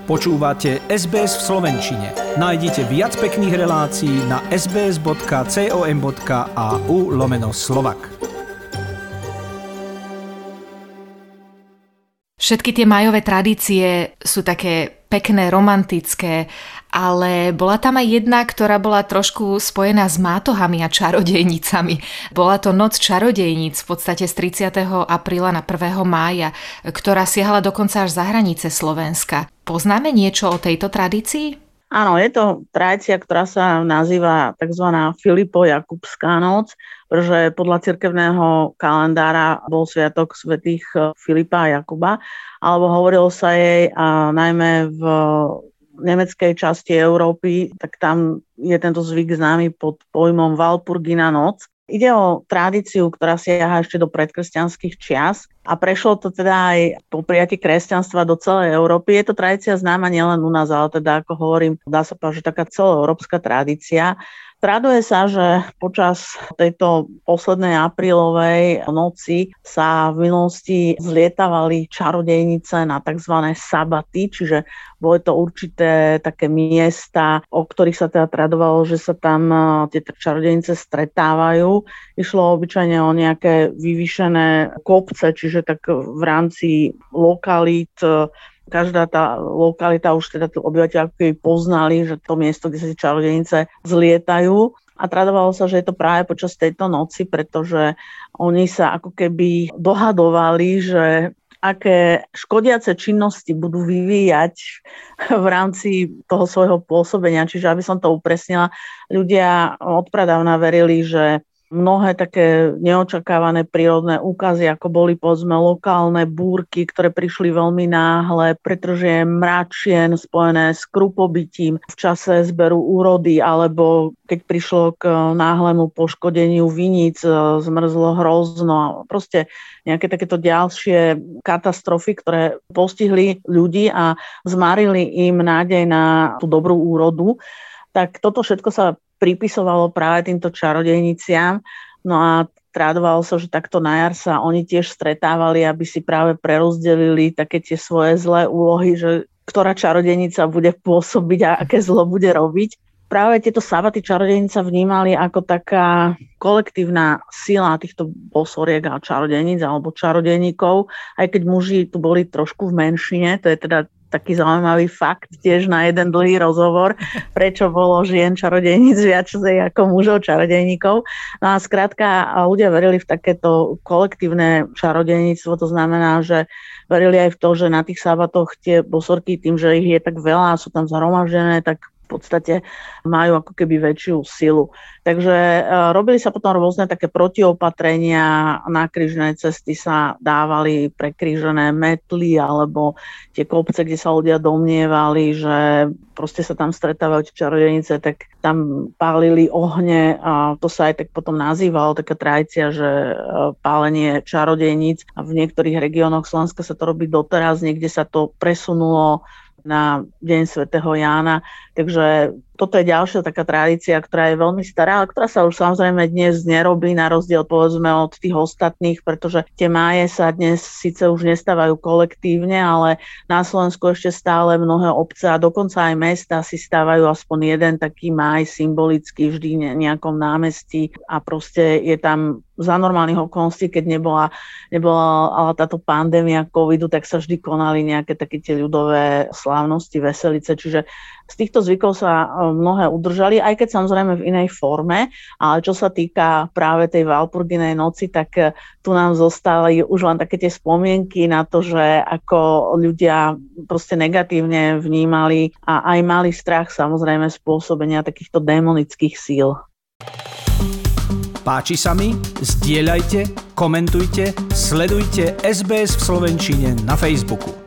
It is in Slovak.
Počúvate SBS v slovenčine. Nájdite viac pekných relácií na sbs.com.au/Slovak. Všetky tie májové tradície sú také pekné, romantické, ale bola tam aj jedna, ktorá bola trošku spojená s mátohami a čarodejnicami. Bola to Noc čarodejníc v podstate z 30. apríla na 1. mája, ktorá siahala dokonca až za hranice Slovenska. Poznáme niečo o tejto tradícii? Áno, je to tradícia, ktorá sa nazýva tzv. Filipo-Jakubská noc, pretože podľa cirkevného kalendára bol sviatok svätých Filipa a Jakuba, alebo hovorilo sa jej najmä v nemeckej časti Európy, tak tam je tento zvyk známy pod pojmom Walpurgina noc. Ide o tradíciu, ktorá siaha ešte do predkresťanských čias a prešlo to teda aj po prijatí kresťanstva do celej Európy. Je to tradícia známa nielen u nás, ale teda, ako hovorím, dá sa povedať, že taká celoeurópska tradícia. Traduje sa, že počas tejto poslednej aprílovej noci sa v minulosti zlietavali čarodejnice na tzv. Sabaty, čiže boli to určité také miesta, o ktorých sa teda tradovalo, že sa tam tie čarodejnice stretávajú. Išlo obyčajne o nejaké vyvýšené kopce, čiže tak v rámci lokalít. Každá tá lokalita už teda obyvateľ poznali, že to miesto, kde sa tie čarodejnice zlietajú. A tradovalo sa, že je to práve počas tejto noci, pretože oni sa ako keby dohadovali, že aké škodiace činnosti budú vyvíjať v rámci toho svojho pôsobenia. Čiže aby som to upresnila, ľudia odpradávna verili, že mnohé také neočakávané prírodné úkazy, ako boli povedzme lokálne búrky, ktoré prišli veľmi náhle, pretože je mračien spojené s krupobytím v čase zberu úrody, alebo keď prišlo k náhlemu poškodeniu viníc, zmrzlo hrozno a proste nejaké takéto ďalšie katastrofy, ktoré postihli ľudí a zmarili im nádej na tú dobrú úrodu. Tak toto všetko sa pripisovalo práve týmto čarodejniciam. No a tradovalo sa, že takto na jar sa oni tiež stretávali, aby si práve prerozdelili také tie svoje zlé úlohy, že ktorá čarodejnica bude pôsobiť a aké zlo bude robiť. Práve tieto sabaty čarodejnica vnímali ako taká kolektívna sila týchto bosoriek a čarodejníc alebo čarodejníkov, aj keď muži tu boli trošku v menšine, to je teda taký zaujímavý fakt tiež na jeden dlhý rozhovor, prečo bolo žien čarodejníc viacej ako mužov čarodejníkov. No a skrátka ľudia verili v takéto kolektívne čarodejníctvo, to znamená, že verili aj v to, že na tých sabatoch tie bosorky tým, že ich je tak veľa a sú tam zhromaždené, tak v podstate majú ako keby väčšiu silu. Takže robili sa potom rôzne také protiopatrenia, na krížne cesty sa dávali prekrížené metly alebo tie kopce, kde sa ľudia domnievali, že proste sa tam stretávajú tie čarodejnice, tak tam pálili ohne a to sa aj tak potom nazývalo, taká tradícia, že pálenie čarodejníc a v niektorých regiónoch Slovenska sa to robí doteraz, niekde sa to presunulo na Deň svätého Jána. Takže toto je ďalšia taká tradícia, ktorá je veľmi stará, ale ktorá sa už samozrejme dnes nerobí, na rozdiel povedzme od tých ostatných, pretože tie máje sa dnes síce už nestávajú kolektívne, ale na Slovensku ešte stále mnohé obce a dokonca aj mesta si stávajú aspoň jeden taký máj symbolický vždy nejakom námestí a proste je tam za normálnych okolností, keď nebola ale táto pandémia covidu, tak sa vždy konali nejaké také tie ľudové slávnosti, veselice, čiže z týchto zvykov sa mnohé udržali, aj keď samozrejme v inej forme, ale čo sa týka práve tej Walpurginej noci, tak tu nám zostali už len také tie spomienky na to, že ako ľudia proste negatívne vnímali a aj mali strach samozrejme spôsobenia takýchto démonických síl. Páči sa mi? Zdieľajte, komentujte, sledujte SBS v slovenčine na Facebooku.